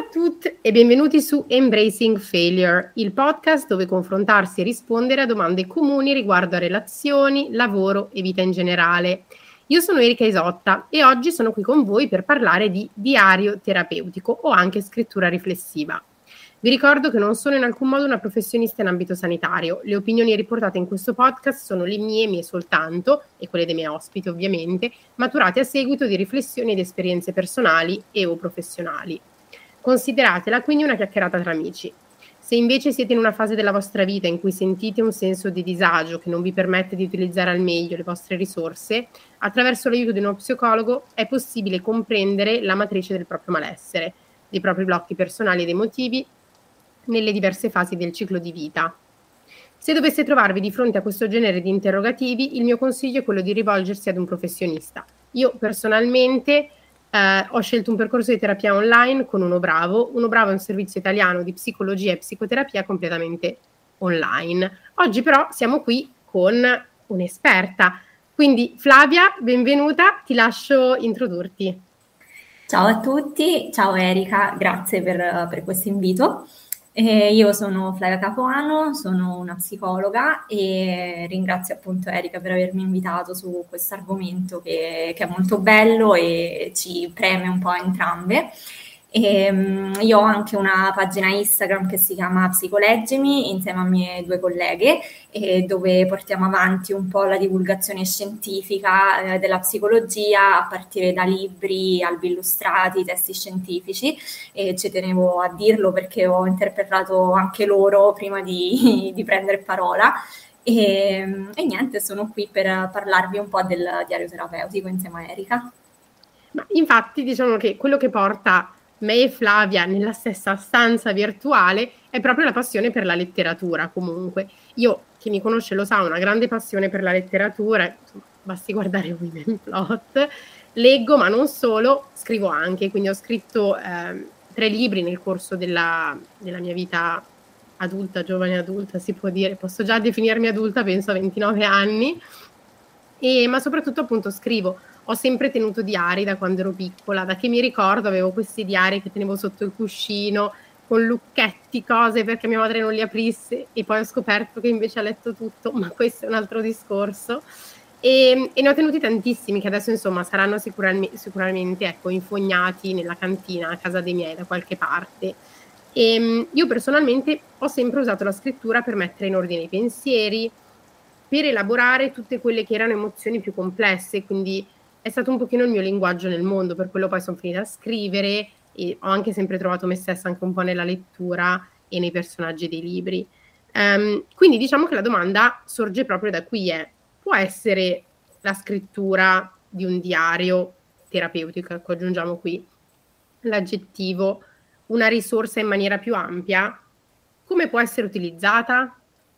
tutti e benvenuti su Embracing Failure, il podcast dove confrontarsi e rispondere a domande comuni riguardo a relazioni, lavoro e vita in generale. Io sono Erika Isotta e oggi sono qui con voi per parlare di diario terapeutico o anche scrittura riflessiva. Vi ricordo che non sono in alcun modo una professionista in ambito sanitario. Le opinioni riportate in questo podcast sono le mie soltanto, e quelle dei miei ospiti ovviamente, maturate a seguito di riflessioni ed esperienze personali e o professionali. Consideratela quindi una chiacchierata tra amici. Se invece siete in una fase della vostra vita in cui sentite un senso di disagio che non vi permette di utilizzare al meglio le vostre risorse, attraverso l'aiuto di uno psicologo è possibile comprendere la matrice del proprio malessere, dei propri blocchi personali ed emotivi nelle diverse fasi del ciclo di vita. Se doveste trovarvi di fronte a questo genere di interrogativi, il mio consiglio è quello di rivolgersi ad un professionista. Io personalmente ho scelto un percorso di terapia online con Uno Bravo. Uno Bravo è un servizio italiano di psicologia e psicoterapia completamente online. Oggi però siamo qui con un'esperta. Quindi Flavia, benvenuta, ti lascio introdurti. Ciao a tutti, ciao Erika, grazie per questo invito. Io sono Flavia Capuano, sono una psicologa e ringrazio appunto Erika per avermi invitato su questo argomento che è molto bello e ci preme un po' a entrambe. Io ho anche una pagina Instagram che si chiama Psicoleggimi insieme a mie due colleghe, dove portiamo avanti un po' la divulgazione scientifica della psicologia a partire da libri, albi illustrati, testi scientifici, e ci tenevo a dirlo perché ho interpretato anche loro prima di prendere parola. E niente, sono qui per parlarvi un po' del diario terapeutico insieme a Erika. Ma infatti diciamo che quello che porta me e Flavia nella stessa stanza virtuale è proprio la passione per la letteratura. Comunque io, chi mi conosce lo sa, ho una grande passione per la letteratura, insomma, basti guardare Women Plot, leggo ma non solo, scrivo anche, quindi ho scritto 3 libri nel corso della mia vita adulta, giovane adulta si può dire, posso già definirmi adulta, penso a 29 anni, ma soprattutto appunto scrivo. Ho sempre tenuto diari da quando ero piccola, da che mi ricordo avevo questi diari che tenevo sotto il cuscino con lucchetti, cose perché mia madre non li aprisse, e poi ho scoperto che invece ha letto tutto, ma questo è un altro discorso. E ne ho tenuti tantissimi che adesso insomma saranno sicuramente ecco, infognati nella cantina a casa dei miei da qualche parte. Io personalmente ho sempre usato la scrittura per mettere in ordine i pensieri, per elaborare tutte quelle che erano emozioni più complesse, quindi è stato un pochino il mio linguaggio nel mondo, per quello poi sono finita a scrivere e ho anche sempre trovato me stessa anche un po' nella lettura e nei personaggi dei libri. Quindi diciamo che la domanda sorge proprio da qui: può essere la scrittura di un diario terapeutico, ecco, aggiungiamo qui l'aggettivo, una risorsa in maniera più ampia? Come può essere utilizzata?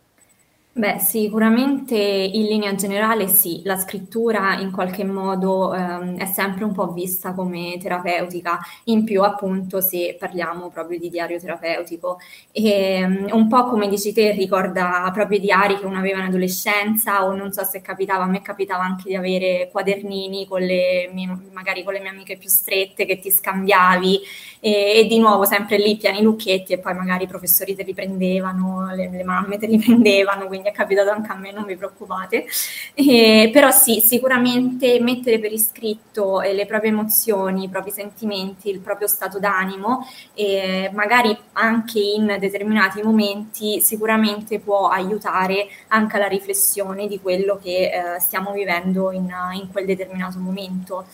Beh, sicuramente in linea generale sì, la scrittura in qualche modo è sempre un po' vista come terapeutica, in più appunto se parliamo proprio di diario terapeutico. E, un po' come dici te, ricorda proprio i diari che uno aveva in adolescenza, o non so se capitava, a me capitava anche di avere quadernini con magari con le mie amiche più strette che ti scambiavi, e di nuovo sempre lì piani lucchetti, e poi magari i professori te li prendevano, le mamme te li prendevano, quindi è capitato anche a me, non vi preoccupate. Però sì, sicuramente mettere per iscritto le proprie emozioni, i propri sentimenti, il proprio stato d'animo, magari anche in determinati momenti, sicuramente può aiutare anche alla riflessione di quello che stiamo vivendo in quel determinato momento.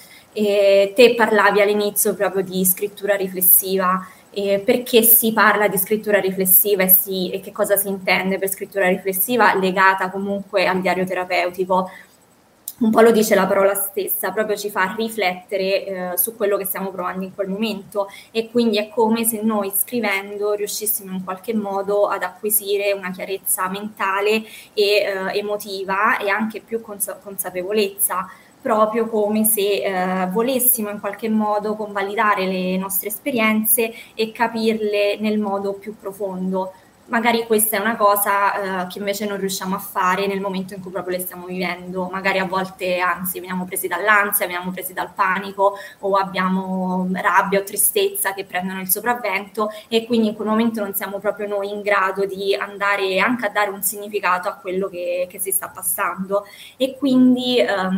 Te parlavi all'inizio proprio di scrittura riflessiva. Perché si parla di scrittura riflessiva e che cosa si intende per scrittura riflessiva legata comunque al diario terapeutico? Un po' lo dice la parola stessa, proprio ci fa riflettere su quello che stiamo provando in quel momento, e quindi è come se noi scrivendo riuscissimo in qualche modo ad acquisire una chiarezza mentale e emotiva, e anche più consapevolezza, proprio come se volessimo in qualche modo convalidare le nostre esperienze e capirle nel modo più profondo. magari questa è una cosa che invece non riusciamo a fare nel momento in cui proprio le stiamo vivendo. Magari a volte, anzi, veniamo presi dall'ansia, veniamo presi dal panico o abbiamo rabbia o tristezza che prendono il sopravvento e quindi in quel momento non siamo proprio noi in grado di andare anche a dare un significato a quello che si sta passando. E quindi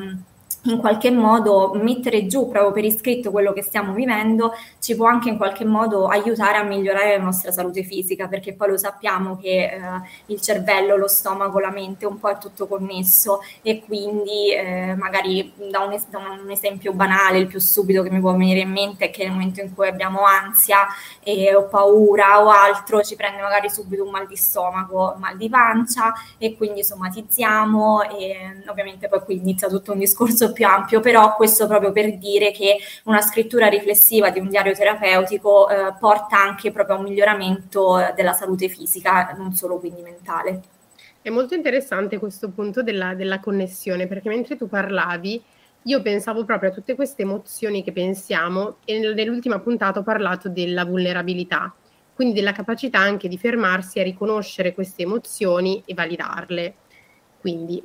in qualche modo mettere giù proprio per iscritto quello che stiamo vivendo ci può anche in qualche modo aiutare a migliorare la nostra salute fisica, perché poi lo sappiamo che il cervello, lo stomaco, la mente un po' è tutto connesso e quindi magari da un esempio banale, il più subito che mi può venire in mente è che nel momento in cui abbiamo ansia o paura o altro ci prende magari subito un mal di stomaco, mal di pancia e quindi somatizziamo e ovviamente poi qui inizia tutto un discorso più ampio, però questo proprio per dire che una scrittura riflessiva di un diario terapeutico porta anche proprio a un miglioramento della salute fisica, non solo quindi mentale. È molto interessante questo punto della connessione, perché mentre tu parlavi, io pensavo proprio a tutte queste emozioni che pensiamo e nell'ultima puntata ho parlato della vulnerabilità, quindi della capacità anche di fermarsi a riconoscere queste emozioni e validarle. Quindi,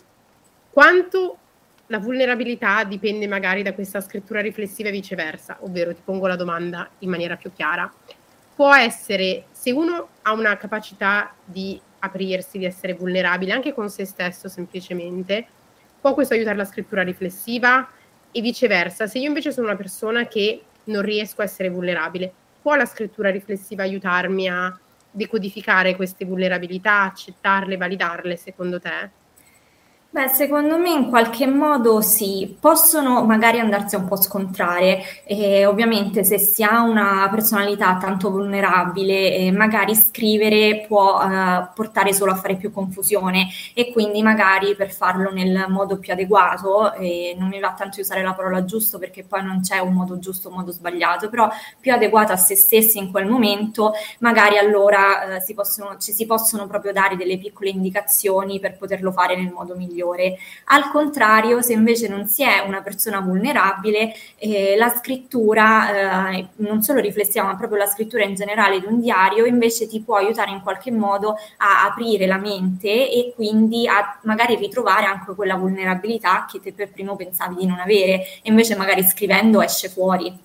quanto la vulnerabilità dipende magari da questa scrittura riflessiva e viceversa, ovvero ti pongo la domanda in maniera più chiara. Può essere, se uno ha una capacità di aprirsi, di essere vulnerabile anche con se stesso semplicemente, può questo aiutare la scrittura riflessiva e viceversa. Se io invece sono una persona che non riesco a essere vulnerabile, può la scrittura riflessiva aiutarmi a decodificare queste vulnerabilità, accettarle, validarle secondo te? Beh, secondo me in qualche modo sì, possono magari andarsi a un po' scontrare e ovviamente se si ha una personalità tanto vulnerabile, magari scrivere può portare solo a fare più confusione e quindi magari per farlo nel modo più adeguato, non mi va tanto di usare la parola giusto perché poi non c'è un modo giusto o un modo sbagliato, però più adeguato a se stessi in quel momento, magari allora ci si possono proprio dare delle piccole indicazioni per poterlo fare nel modo migliore. Al contrario, se invece non si è una persona vulnerabile, la scrittura, non solo riflessiva, ma proprio la scrittura in generale di un diario, invece ti può aiutare in qualche modo a aprire la mente e quindi a magari ritrovare anche quella vulnerabilità che te per primo pensavi di non avere, e invece magari scrivendo esce fuori.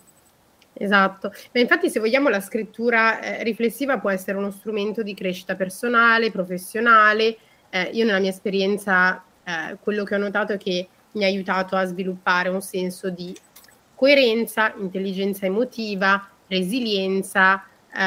Esatto, ma infatti se vogliamo la scrittura riflessiva può essere uno strumento di crescita personale, professionale. Io nella mia esperienza quello che ho notato è che mi ha aiutato a sviluppare un senso di coerenza, intelligenza emotiva, resilienza,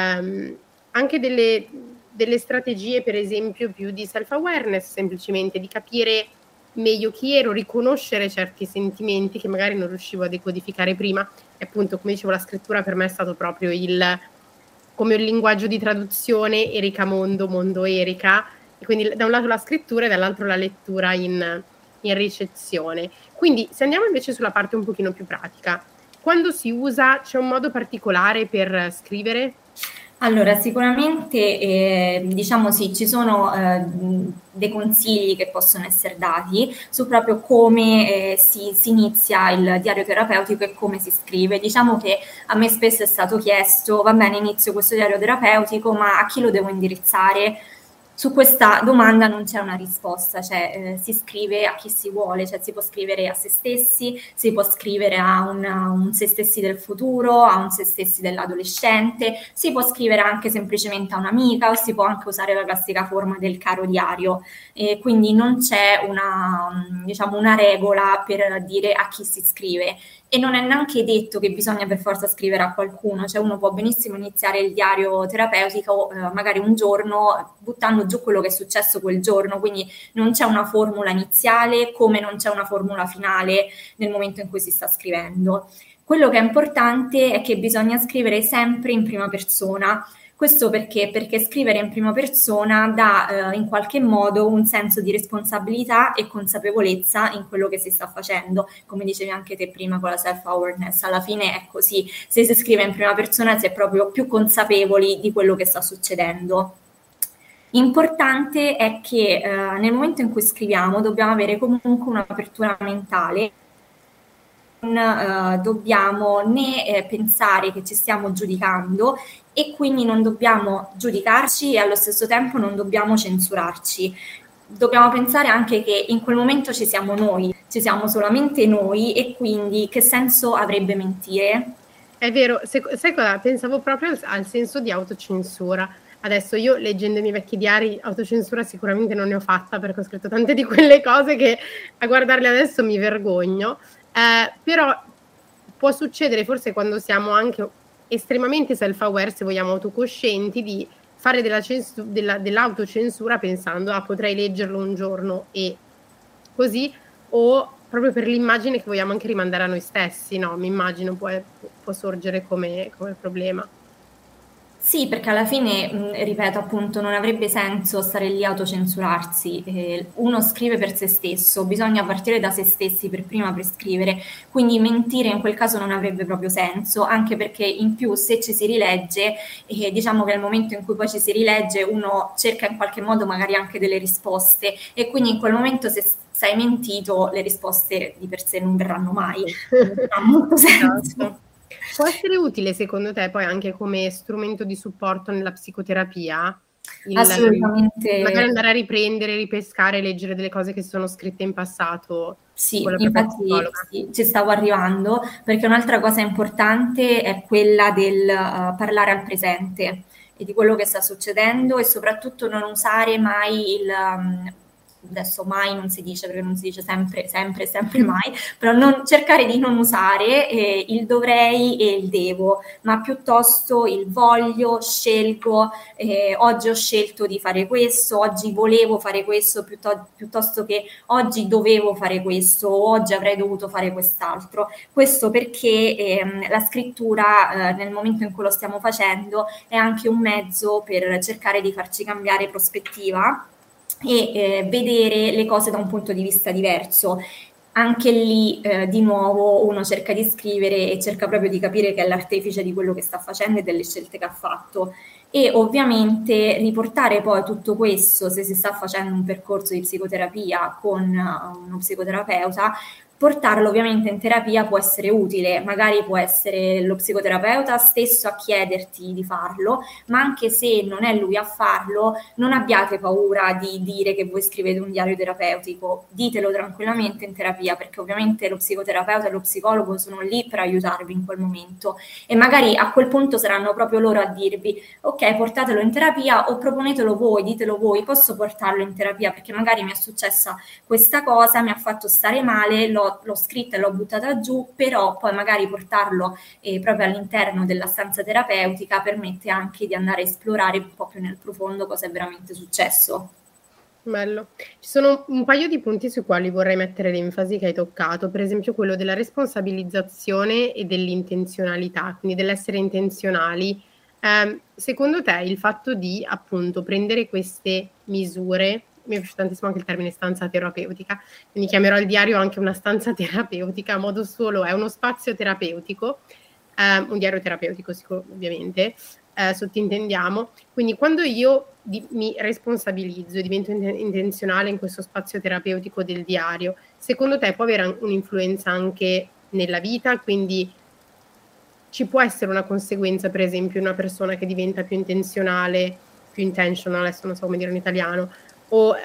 anche delle strategie per esempio più di self-awareness, semplicemente di capire meglio chi ero, riconoscere certi sentimenti che magari non riuscivo a decodificare prima. E appunto, come dicevo, la scrittura per me è stato proprio come un linguaggio di traduzione, Erika Mondo Erika, e quindi da un lato la scrittura e dall'altro la lettura in ricezione. Quindi se andiamo invece sulla parte un pochino più pratica, quando si usa, c'è un modo particolare per scrivere? Allora, sicuramente diciamo sì, ci sono dei consigli che possono essere dati su proprio come si inizia il diario terapeutico e come si scrive. Diciamo che a me spesso è stato chiesto, va bene, inizio questo diario terapeutico, ma a chi lo devo indirizzare? Su questa domanda non c'è una risposta, cioè si scrive a chi si vuole, cioè si può scrivere a se stessi, si può scrivere a un se stessi del futuro, a un se stessi dell'adolescente, si può scrivere anche semplicemente a un'amica o si può anche usare la classica forma del caro diario. Quindi non c'è diciamo, una regola per dire a chi si scrive. E non è neanche detto che bisogna per forza scrivere a qualcuno, cioè uno può benissimo iniziare il diario terapeutico magari un giorno buttando giù quello che è successo quel giorno, quindi non c'è una formula iniziale come non c'è una formula finale nel momento in cui si sta scrivendo. Quello che è importante è che bisogna scrivere sempre in prima persona. Questo perché? Perché scrivere in prima persona dà in qualche modo un senso di responsabilità e consapevolezza in quello che si sta facendo, come dicevi anche te prima con la self-awareness, alla fine è così, se si scrive in prima persona si è proprio più consapevoli di quello che sta succedendo. Importante è che nel momento in cui scriviamo dobbiamo avere comunque un'apertura mentale dobbiamo né pensare che ci stiamo giudicando e quindi non dobbiamo giudicarci e allo stesso tempo non dobbiamo censurarci. Dobbiamo pensare anche che in quel momento ci siamo noi, ci siamo solamente noi e quindi che senso avrebbe mentire? È vero, sai cosa? Pensavo proprio al senso di autocensura. Adesso io leggendo i miei vecchi diari, autocensura sicuramente non ne ho fatta perché ho scritto tante di quelle cose che a guardarle adesso mi vergogno. Però può succedere forse quando siamo anche estremamente self-aware, se vogliamo autocoscienti, di fare dell'autocensura pensando potrei leggerlo un giorno e così, o proprio per l'immagine che vogliamo anche rimandare a noi stessi, no? Mi immagino può sorgere come problema. Sì, perché alla fine, ripeto appunto, non avrebbe senso stare lì a autocensurarsi. Uno scrive per se stesso, bisogna partire da se stessi per prima per scrivere, quindi mentire in quel caso non avrebbe proprio senso, anche perché in più se ci si rilegge, diciamo che nel momento in cui poi ci si rilegge uno cerca in qualche modo magari anche delle risposte e quindi in quel momento se sei mentito le risposte di per sé non verranno mai, non ha molto senso. Esatto. Può essere utile secondo te poi anche come strumento di supporto nella psicoterapia? Assolutamente Magari andare a riprendere, ripescare, leggere delle cose che sono scritte in passato con sì, la propria infatti psicologa. sì, ci stavo arrivando perché un'altra cosa importante è quella del parlare al presente e di quello che sta succedendo e soprattutto non usare mai adesso mai non si dice perché non si dice sempre, sempre, sempre mai, però cercare di non usare il dovrei e il devo, ma piuttosto il voglio, scelgo, oggi ho scelto di fare questo, oggi volevo fare questo piuttosto che oggi dovevo fare questo, oggi avrei dovuto fare quest'altro. Questo perché la scrittura nel momento in cui lo stiamo facendo è anche un mezzo per cercare di farci cambiare prospettiva e vedere le cose da un punto di vista diverso. Anche lì di nuovo uno cerca di scrivere e cerca proprio di capire che è l'artefice di quello che sta facendo e delle scelte che ha fatto e ovviamente riportare poi tutto questo se si sta facendo un percorso di psicoterapia con uno psicoterapeuta, portarlo ovviamente in terapia può essere utile, magari può essere lo psicoterapeuta stesso a chiederti di farlo, ma anche se non è lui a farlo, non abbiate paura di dire che voi scrivete un diario terapeutico, ditelo tranquillamente in terapia, perché ovviamente lo psicoterapeuta e lo psicologo sono lì per aiutarvi in quel momento e magari a quel punto saranno proprio loro a dirvi ok, portatelo in terapia o proponetelo voi, ditelo voi, posso portarlo in terapia perché magari mi è successa questa cosa, mi ha fatto stare male, l'ho scritta e l'ho buttata giù, però poi magari portarlo proprio all'interno della stanza terapeutica permette anche di andare a esplorare un po' più nel profondo cosa è veramente successo. Bello. Ci sono un paio di punti sui quali vorrei mettere l'enfasi che hai toccato, per esempio quello della responsabilizzazione e dell'intenzionalità, quindi dell'essere intenzionali. Secondo te il fatto di appunto prendere queste misure, mi piace tantissimo anche il termine stanza terapeutica, quindi chiamerò il diario anche una stanza terapeutica, a modo solo è uno spazio terapeutico, un diario terapeutico ovviamente, sottintendiamo. Quindi quando io mi responsabilizzo e divento intenzionale in questo spazio terapeutico del diario, secondo te può avere un'influenza anche nella vita? Quindi ci può essere una conseguenza, per esempio, una persona che diventa più intenzionale, più intentional, adesso non so come dire in italiano, o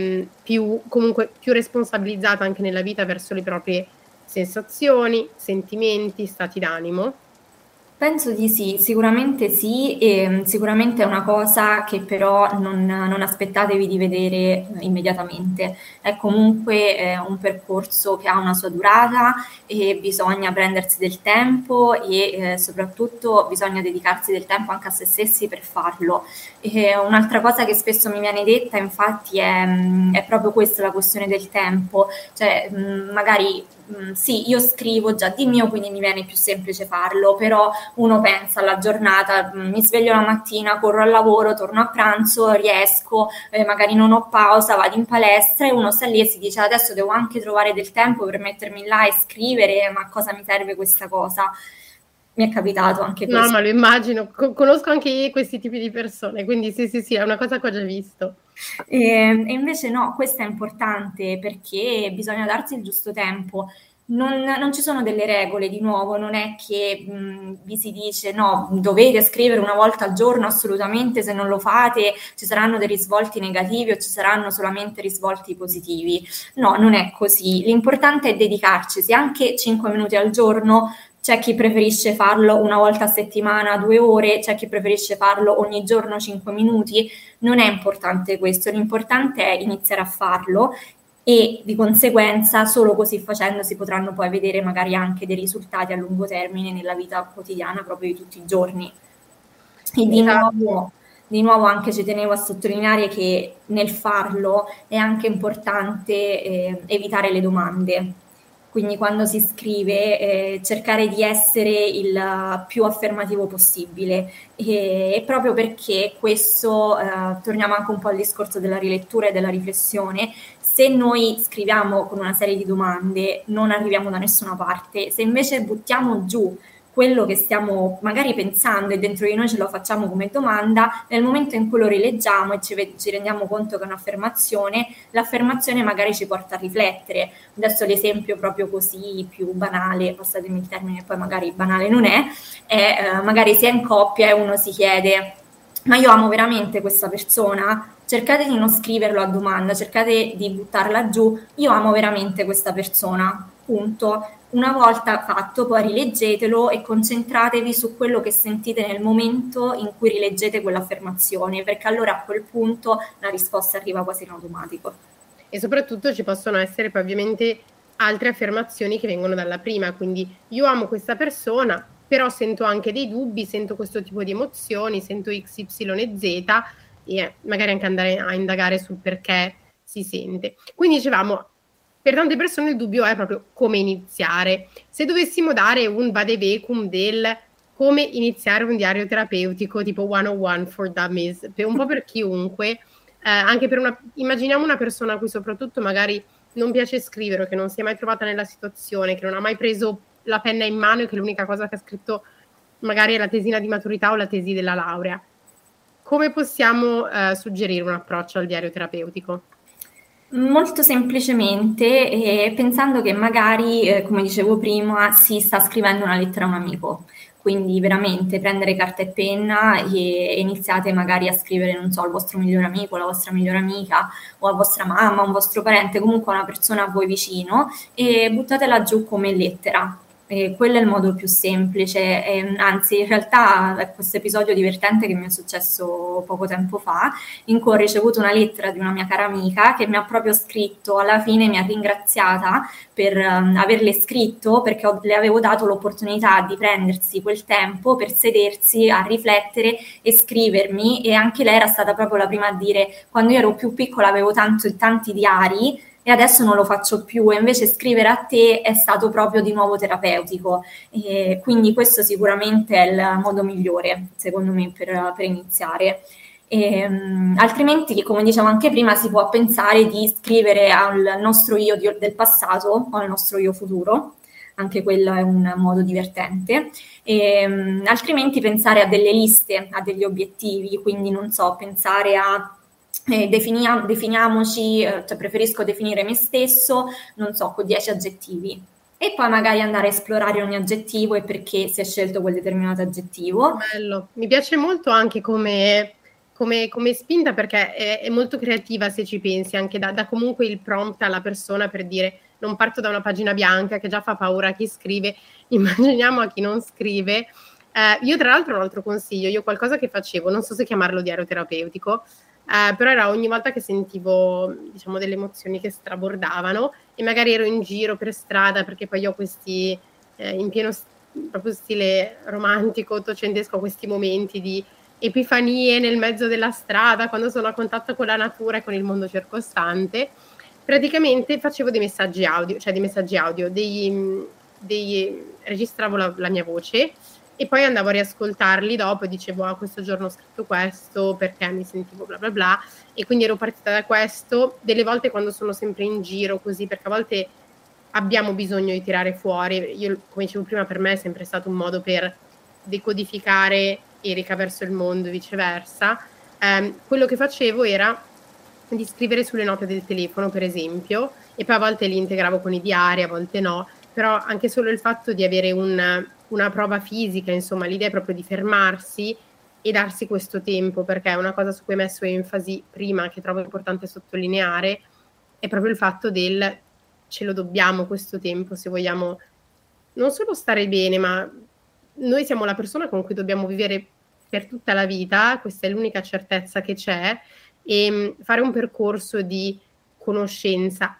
comunque più responsabilizzata anche nella vita verso le proprie sensazioni, sentimenti, stati d'animo? Penso di sì, e sicuramente è una cosa che però non aspettatevi di vedere immediatamente. È comunque un percorso che ha una sua durata e bisogna prendersi del tempo e soprattutto bisogna dedicarsi del tempo anche a se stessi per farlo. E un'altra cosa che spesso mi viene detta, infatti, è proprio questa la questione del tempo, cioè magari sì, io scrivo già di mio, quindi mi viene più semplice farlo, però uno pensa alla giornata, mi sveglio la mattina, corro al lavoro, torno a pranzo, riesco, magari non ho pausa, vado in palestra e uno sta lì e si dice adesso devo anche trovare del tempo per mettermi là e scrivere, ma a cosa mi serve questa cosa? Mi è capitato anche No, questo. ma lo immagino, conosco anche io questi tipi di persone, quindi sì, è una cosa che ho già visto. E invece no, questo è importante perché bisogna darsi il giusto tempo. non ci sono delle regole, di nuovo, non è che vi si dice no, dovete scrivere una volta al giorno assolutamente, se non lo fate ci saranno dei risvolti negativi o ci saranno solamente risvolti positivi. No, non è così. L'importante è dedicarci, se anche 5 minuti al giorno. C'è chi preferisce farlo una volta a settimana, 2 ore, c'è chi preferisce farlo ogni giorno 5 minuti. Non è importante questo, l'importante è iniziare a farlo e di conseguenza solo così facendo si potranno poi vedere magari anche dei risultati a lungo termine nella vita quotidiana proprio di tutti i giorni. E Esatto. di nuovo anche ci tenevo a sottolineare che nel farlo è anche importante evitare le domande. Quindi quando si scrive cercare di essere il più affermativo possibile e proprio perché questo, torniamo anche un po' al discorso della rilettura e della riflessione, se noi scriviamo con una serie di domande non arriviamo da nessuna parte, se invece buttiamo giù quello che stiamo magari pensando e dentro di noi ce lo facciamo come domanda, nel momento in cui lo rileggiamo e ci rendiamo conto che è un'affermazione, l'affermazione magari ci porta a riflettere. Adesso l'esempio proprio così più banale, passatemi il termine, poi magari banale non è magari si è in coppia e uno si chiede ma io amo veramente questa persona? Cercate di non scriverlo a domanda, cercate di buttarla giù, io amo veramente questa persona, punto. Una volta fatto, poi rileggetelo e concentratevi su quello che sentite nel momento in cui rileggete quell'affermazione, perché allora a quel punto la risposta arriva quasi in automatico. E soprattutto ci possono essere poi ovviamente altre affermazioni che vengono dalla prima, quindi io amo questa persona, però sento anche dei dubbi, sento questo tipo di emozioni, sento X, Y e Z e magari anche andare a indagare sul perché si sente. Quindi dicevamo, per tante persone il dubbio è proprio come iniziare. Se dovessimo dare un vademecum del come iniziare un diario terapeutico tipo 101 for Dummies, un po' per chiunque, anche per immaginiamo una persona a cui soprattutto magari non piace scrivere, o che non si è mai trovata nella situazione, che non ha mai preso la penna in mano e che l'unica cosa che ha scritto magari è la tesina di maturità o la tesi della laurea. Come possiamo suggerire un approccio al diario terapeutico? Molto semplicemente, pensando che magari, come dicevo prima, si sta scrivendo una lettera a un amico. Quindi veramente prendere carta e penna e iniziate magari a scrivere, non so, al vostro migliore amico, alla vostra migliore amica o a vostra mamma, a un vostro parente, comunque a una persona a voi vicino e buttatela giù come lettera. Quello è il modo più semplice, anzi in realtà è questo episodio divertente che mi è successo poco tempo fa, in cui ho ricevuto una lettera di una mia cara amica che mi ha proprio scritto, alla fine mi ha ringraziata per averle scritto perché le avevo dato l'opportunità di prendersi quel tempo per sedersi a riflettere e scrivermi e anche lei era stata proprio la prima a dire quando io ero più piccola avevo tanti diari e adesso non lo faccio più e invece scrivere a te è stato proprio di nuovo terapeutico e quindi questo sicuramente è il modo migliore secondo me per iniziare. Altrimenti, come dicevo anche prima, si può pensare di scrivere al nostro io del passato o al nostro io futuro, anche quello è un modo divertente. Altrimenti pensare a delle liste, a degli obiettivi, quindi non so, pensare a definiamoci, cioè preferisco definire me stesso, non so, con 10 aggettivi. E poi magari andare a esplorare ogni aggettivo e perché si è scelto quel determinato aggettivo. Bello. Mi piace molto anche come spinta perché è molto creativa se ci pensi, anche da comunque il prompt alla persona per dire non parto da una pagina bianca che già fa paura a chi scrive, immaginiamo a chi non scrive. Io tra l'altro un altro consiglio, io qualcosa che facevo, non so se chiamarlo diario terapeutico, però era ogni volta che sentivo diciamo delle emozioni che strabordavano e magari ero in giro per strada perché poi io ho questi in pieno proprio stile romantico, ottocentesco, questi momenti di epifanie nel mezzo della strada, quando sono a contatto con la natura e con il mondo circostante, praticamente facevo dei messaggi audio, registravo la mia voce e poi andavo a riascoltarli dopo e dicevo questo giorno ho scritto questo perché mi sentivo bla bla bla e quindi ero partita da questo. Delle volte quando sono sempre in giro così, perché a volte abbiamo bisogno di tirare fuori, io come dicevo prima per me è sempre stato un modo per decodificare Erika verso il mondo e viceversa, quello che facevo era di scrivere sulle note del telefono per esempio e poi a volte li integravo con i diari, a volte no, però anche solo il fatto di avere una prova fisica, insomma, l'idea è proprio di fermarsi e darsi questo tempo, perché è una cosa su cui hai messo enfasi prima, che trovo importante sottolineare, è proprio il fatto del ce lo dobbiamo questo tempo, se vogliamo non solo stare bene, ma noi siamo la persona con cui dobbiamo vivere per tutta la vita, questa è l'unica certezza che c'è, e fare un percorso di conoscenza,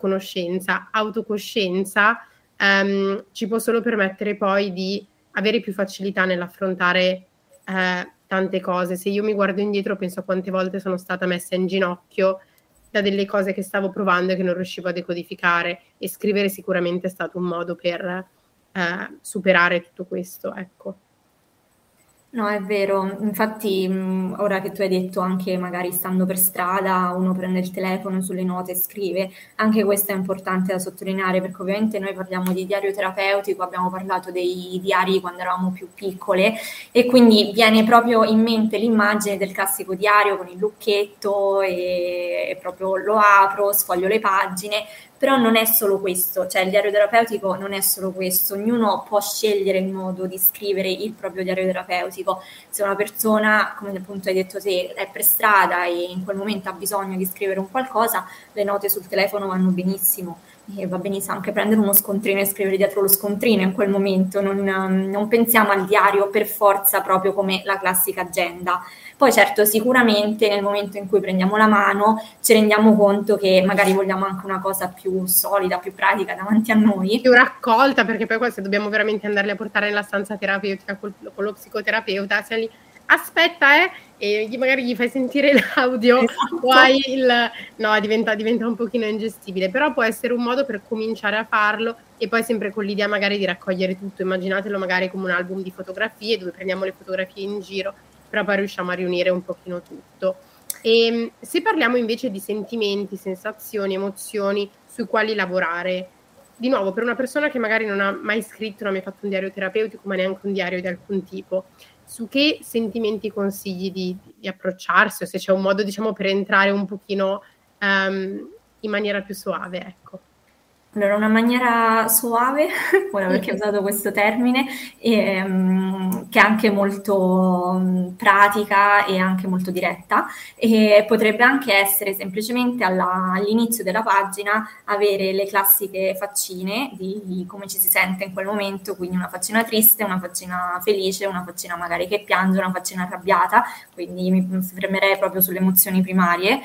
autocoscienza, ci può solo permettere poi di avere più facilità nell'affrontare tante cose. Se io mi guardo indietro penso a quante volte sono stata messa in ginocchio da delle cose che stavo provando e che non riuscivo a decodificare, e scrivere sicuramente è stato un modo per superare tutto questo, ecco. No, è vero, infatti ora che tu hai detto anche magari stando per strada uno prende il telefono sulle note e scrive, anche questo è importante da sottolineare perché ovviamente noi parliamo di diario terapeutico, abbiamo parlato dei diari quando eravamo più piccole e quindi viene proprio in mente l'immagine del classico diario con il lucchetto e proprio lo apro, sfoglio le pagine. Però non è solo questo, cioè il diario terapeutico non è solo questo, ognuno può scegliere il modo di scrivere il proprio diario terapeutico. Se una persona, come appunto hai detto te, è per strada e in quel momento ha bisogno di scrivere un qualcosa, le note sul telefono vanno benissimo. E va benissimo anche prendere uno scontrino e scrivere dietro lo scontrino in quel momento, non pensiamo al diario per forza proprio come la classica agenda. Poi certo, sicuramente nel momento in cui prendiamo la mano ci rendiamo conto che magari vogliamo anche una cosa più solida, più pratica davanti a noi. Più raccolta, perché poi se dobbiamo veramente andarli a portare nella stanza terapeutica con lo psicoterapeuta, sei lì, aspetta, e magari gli fai sentire l'audio, Esatto. o hai no, diventa un pochino ingestibile, però può essere un modo per cominciare a farlo, e poi sempre con l'idea magari di raccogliere tutto, immaginatelo magari come un album di fotografie dove prendiamo le fotografie in giro, però poi riusciamo a riunire un pochino tutto. E se parliamo invece di sentimenti, sensazioni, emozioni sui quali lavorare, di nuovo, per una persona che magari non ha mai scritto, non ha mai fatto un diario terapeutico, ma neanche un diario di alcun tipo, su che sentimenti consigli di approcciarsi, o se c'è un modo, diciamo, per entrare un pochino in maniera più suave, ecco. Allora, una maniera suave, ora perché ho usato questo termine, che è anche molto pratica e anche molto diretta, e potrebbe anche essere semplicemente all'inizio della pagina avere le classiche faccine di come ci si sente in quel momento, quindi una faccina triste, una faccina felice, una faccina magari che piange, una faccina arrabbiata, quindi mi fermerei proprio sulle emozioni primarie,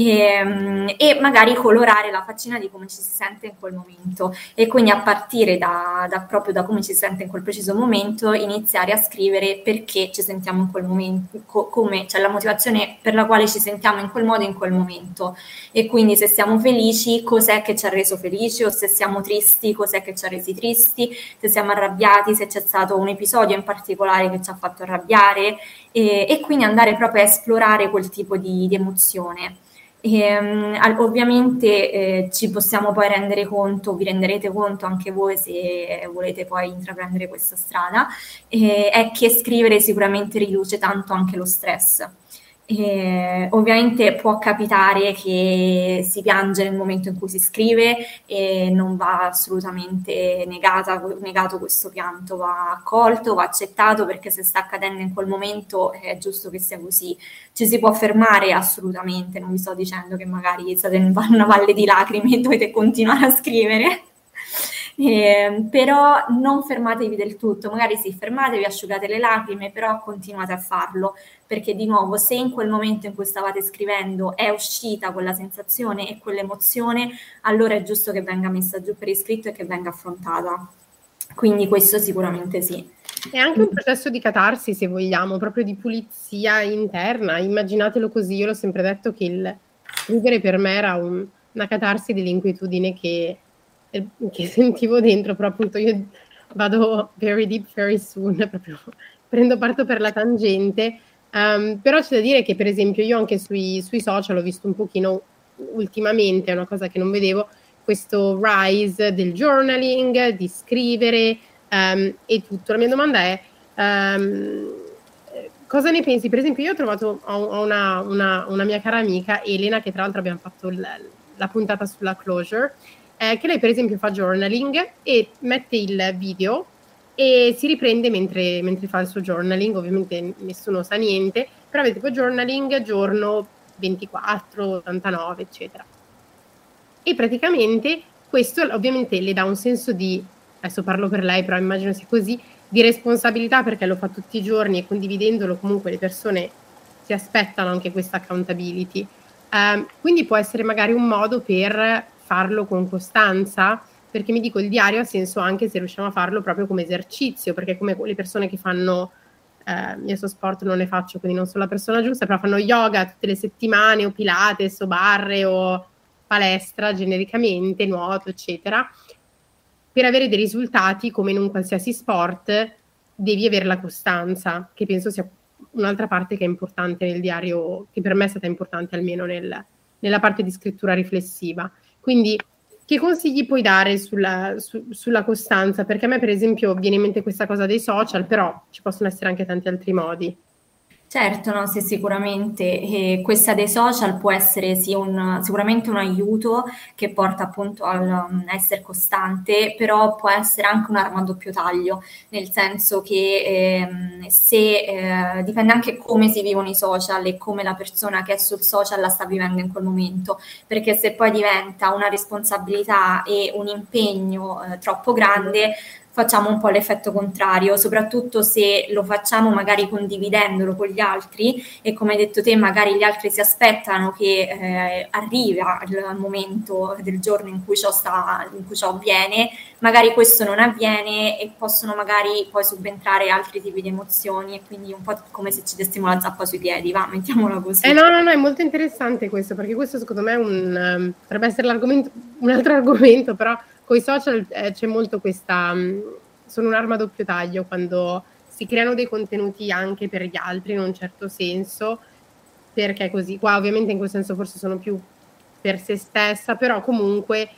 e magari colorare la faccina di come ci si sente in quel momento e quindi a partire proprio da come ci si sente in quel preciso momento iniziare a scrivere perché ci sentiamo in quel momento, cioè la motivazione per la quale ci sentiamo in quel modo in quel momento, e quindi se siamo felici cos'è che ci ha reso felici, o se siamo tristi cos'è che ci ha resi tristi, se siamo arrabbiati se c'è stato un episodio in particolare che ci ha fatto arrabbiare, e quindi andare proprio a esplorare quel tipo di emozione. Ovviamente ci possiamo poi rendere conto, vi renderete conto anche voi se volete poi intraprendere questa strada, è che scrivere sicuramente riduce tanto anche lo stress. Ovviamente può capitare che si piange nel momento in cui si scrive e non va assolutamente negato questo pianto, va accolto, va accettato, perché se sta accadendo in quel momento è giusto che sia così. Ci si può fermare assolutamente, non vi sto dicendo che magari state in una valle di lacrime e dovete continuare a scrivere. Però non fermatevi del tutto, magari sì, fermatevi, asciugate le lacrime, però continuate a farlo, perché di nuovo se in quel momento in cui stavate scrivendo è uscita quella sensazione e quell'emozione, allora è giusto che venga messa giù per iscritto e che venga affrontata. Quindi questo sicuramente sì. È anche un processo di catarsi, se vogliamo, proprio di pulizia interna. Immaginatelo così, io l'ho sempre detto che il scrivere per me era una catarsi dell'inquietudine che sentivo dentro, però appunto io vado very deep very soon, proprio parto per la tangente, però c'è da dire che per esempio io anche sui social ho visto un pochino ultimamente, è una cosa che non vedevo, questo rise del journaling, di scrivere e tutto. La mia domanda è cosa ne pensi? Per esempio io ho trovato una mia cara amica Elena, che tra l'altro abbiamo fatto la puntata sulla closure, che lei per esempio fa journaling e mette il video e si riprende mentre fa il suo journaling. Ovviamente nessuno sa niente, però avete tipo journaling giorno 24, 89, eccetera. E praticamente questo ovviamente le dà un senso di, adesso parlo per lei, però immagino sia così, di responsabilità, perché lo fa tutti i giorni e condividendolo comunque le persone si aspettano anche questa accountability. Quindi può essere magari un modo per farlo con costanza, perché mi dico il diario ha senso anche se riusciamo a farlo proprio come esercizio, perché come le persone che fanno, io so sport non ne faccio, quindi non sono la persona giusta, però fanno yoga tutte le settimane o pilates o barre o palestra genericamente, nuoto, eccetera. Per avere dei risultati, come in un qualsiasi sport, devi avere la costanza, che penso sia un'altra parte che è importante nel diario, che per me è stata importante almeno nella parte di scrittura riflessiva. Quindi, che consigli puoi dare sulla costanza? Perché a me, per esempio, viene in mente questa cosa dei social, però ci possono essere anche tanti altri modi. Certo, no, sì, sicuramente. E questa dei social può essere sì, sicuramente un aiuto che porta appunto a essere costante, però può essere anche un'arma a doppio taglio, nel senso che se dipende anche come si vivono i social e come la persona che è sul social la sta vivendo in quel momento, perché se poi diventa una responsabilità e un impegno troppo grande, facciamo un po' l'effetto contrario, soprattutto se lo facciamo magari condividendolo con gli altri e come hai detto te magari gli altri si aspettano che arriva il momento del giorno in cui ciò avviene, magari questo non avviene e possono magari poi subentrare altri tipi di emozioni e quindi un po' come se ci dessimo la zappa sui piedi, va, mettiamola così. No, è molto interessante questo, perché questo secondo me potrebbe essere un altro argomento, però con i social c'è molto questa, sono un'arma a doppio taglio quando si creano dei contenuti anche per gli altri in un certo senso, perché così, qua ovviamente in quel senso forse sono più per se stessa, però comunque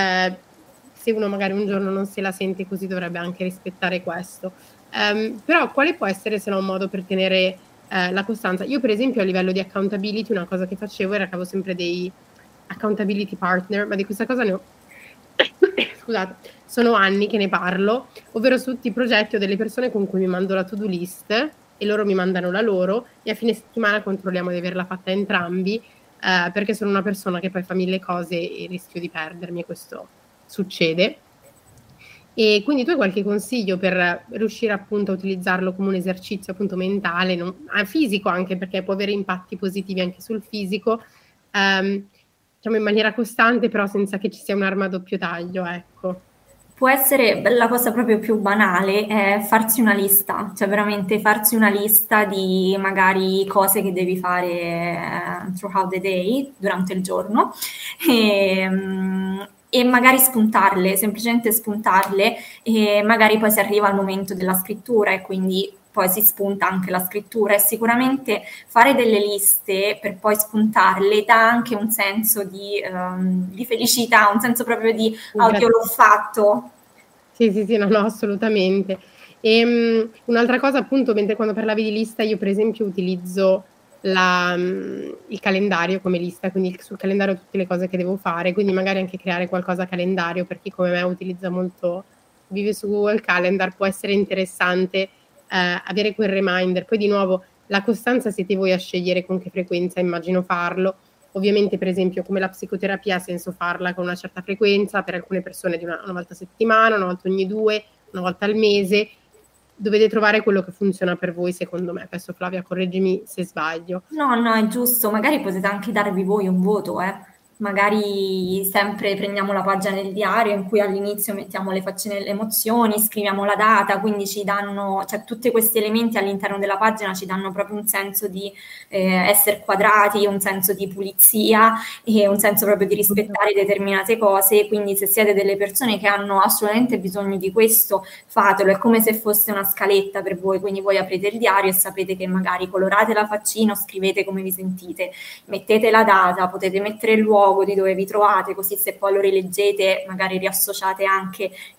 se uno magari un giorno non se la sente così dovrebbe anche rispettare questo. Però quale può essere se no un modo per tenere la costanza? Io per esempio a livello di accountability una cosa che facevo era che avevo sempre dei accountability partner, ma di questa cosa ne ho scusate, sono anni che ne parlo, ovvero su tutti i progetti o delle persone con cui mi mando la to-do list e loro mi mandano la loro e a fine settimana controlliamo di averla fatta entrambi, perché sono una persona che poi fa mille cose e rischio di perdermi e questo succede. E quindi tu hai qualche consiglio per riuscire appunto a utilizzarlo come un esercizio appunto mentale, fisico anche, perché può avere impatti positivi anche sul fisico, diciamo in maniera costante, però senza che ci sia un'arma a doppio taglio, ecco. Può essere la cosa proprio più banale, è farsi una lista, cioè veramente farsi una lista di magari cose che devi fare throughout the day, durante il giorno, e magari spuntarle, semplicemente spuntarle, e magari poi si arriva al momento della scrittura e quindi poi si spunta anche la scrittura e sicuramente fare delle liste per poi spuntarle dà anche un senso di felicità, un senso proprio di "oh, io l'ho fatto". Sì, no, assolutamente. Un'altra cosa appunto, mentre quando parlavi di lista, io per esempio utilizzo il calendario come lista, quindi sul calendario tutte le cose che devo fare, quindi magari anche creare qualcosa a calendario per chi come me utilizza molto, vive su Google Calendar, può essere interessante avere quel reminder. Poi di nuovo la costanza siete voi a scegliere con che frequenza immagino farlo. Ovviamente, per esempio, come la psicoterapia ha senso farla con una certa frequenza, per alcune persone di una volta a settimana, una volta ogni 2, una volta al mese. Dovete trovare quello che funziona per voi, secondo me. Adesso Flavia, correggimi se sbaglio. No, è giusto, magari potete anche darvi voi un voto, eh. Magari sempre prendiamo la pagina del diario in cui all'inizio mettiamo le faccine delle emozioni, scriviamo la data, quindi ci danno, cioè tutti questi elementi all'interno della pagina ci danno proprio un senso di essere quadrati, un senso di pulizia e un senso proprio di rispettare determinate cose, quindi se siete delle persone che hanno assolutamente bisogno di questo, fatelo, è come se fosse una scaletta per voi, quindi voi aprite il diario e sapete che magari colorate la faccina o scrivete come vi sentite, mettete la data, potete mettere il luogo di dove vi trovate, così se poi lo rileggete magari riassociate anche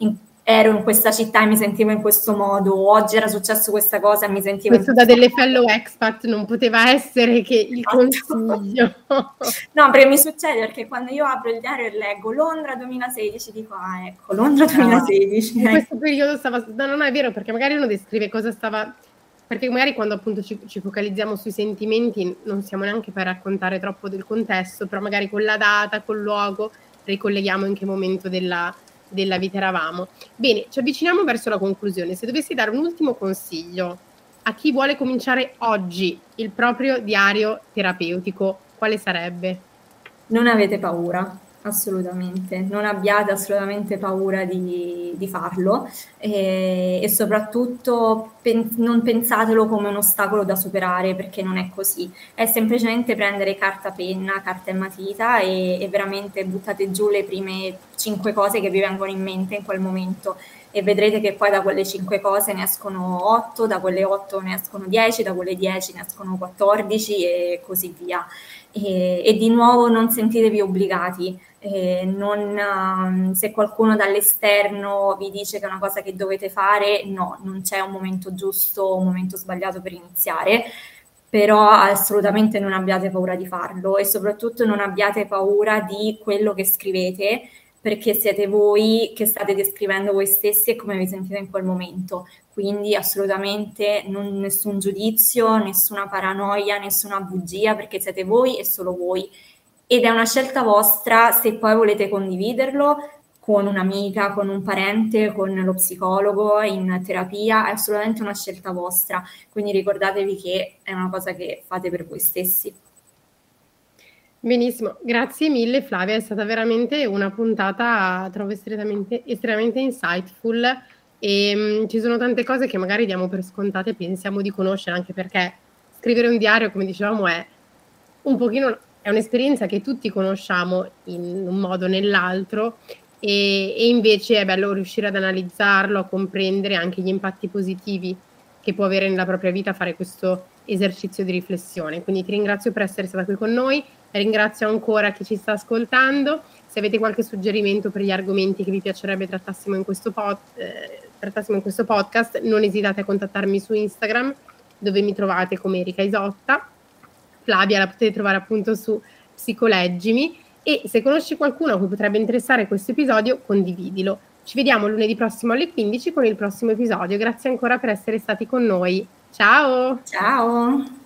ero in questa città e mi sentivo in questo modo, oggi era successo questa cosa e mi sentivo questo in da questo delle modo. fellow expat non poteva essere che il consiglio. No, perché mi succede perché quando io apro il diario e leggo Londra 2016 dico ecco, Londra 2016. In questo periodo stava... No, non è vero, perché magari uno descrive cosa stava... Perché magari quando appunto ci focalizziamo sui sentimenti non siamo neanche per raccontare troppo del contesto, però magari con la data, col luogo, ricolleghiamo in che momento della vita eravamo. Bene, ci avviciniamo verso la conclusione. Se dovessi dare un ultimo consiglio a chi vuole cominciare oggi il proprio diario terapeutico, quale sarebbe? Non avete paura, assolutamente, non abbiate assolutamente paura di farlo e soprattutto non pensatelo come un ostacolo da superare perché non è così, è semplicemente prendere carta, penna, carta e matita e veramente buttate giù le prime 5 cose che vi vengono in mente in quel momento e vedrete che poi da quelle 5 cose ne escono 8, da quelle 8 ne escono 10, da quelle 10 ne escono 14 e così via. E di nuovo non sentitevi obbligati, se qualcuno dall'esterno vi dice che è una cosa che dovete fare, no, non c'è un momento giusto o un momento sbagliato per iniziare, però assolutamente non abbiate paura di farlo e soprattutto non abbiate paura di quello che scrivete perché siete voi che state descrivendo voi stessi e come vi sentite in quel momento. Quindi assolutamente nessun giudizio, nessuna paranoia, nessuna bugia, perché siete voi e solo voi. Ed è una scelta vostra se poi volete condividerlo con un'amica, con un parente, con lo psicologo, in terapia, è assolutamente una scelta vostra. Quindi ricordatevi che è una cosa che fate per voi stessi. Benissimo, grazie mille Flavia, è stata veramente una puntata, trovo estremamente insightful e ci sono tante cose che magari diamo per scontate e pensiamo di conoscere, anche perché scrivere un diario, come dicevamo, è un'esperienza che tutti conosciamo in un modo o nell'altro e invece è bello riuscire ad analizzarlo, a comprendere anche gli impatti positivi che può avere nella propria vita fare questo esercizio di riflessione. Quindi ti ringrazio per essere stata qui con noi. Ringrazio ancora chi ci sta ascoltando. Se avete qualche suggerimento per gli argomenti che vi piacerebbe trattassimo in questo podcast, non esitate a contattarmi su Instagram, dove mi trovate come Erika Isotta. Flavia la potete trovare appunto su Psicoleggimi e se conosci qualcuno a cui potrebbe interessare questo episodio, condividilo. Ci vediamo lunedì prossimo alle 15 con il prossimo episodio. Grazie ancora per essere stati con noi. Ciao! Ciao!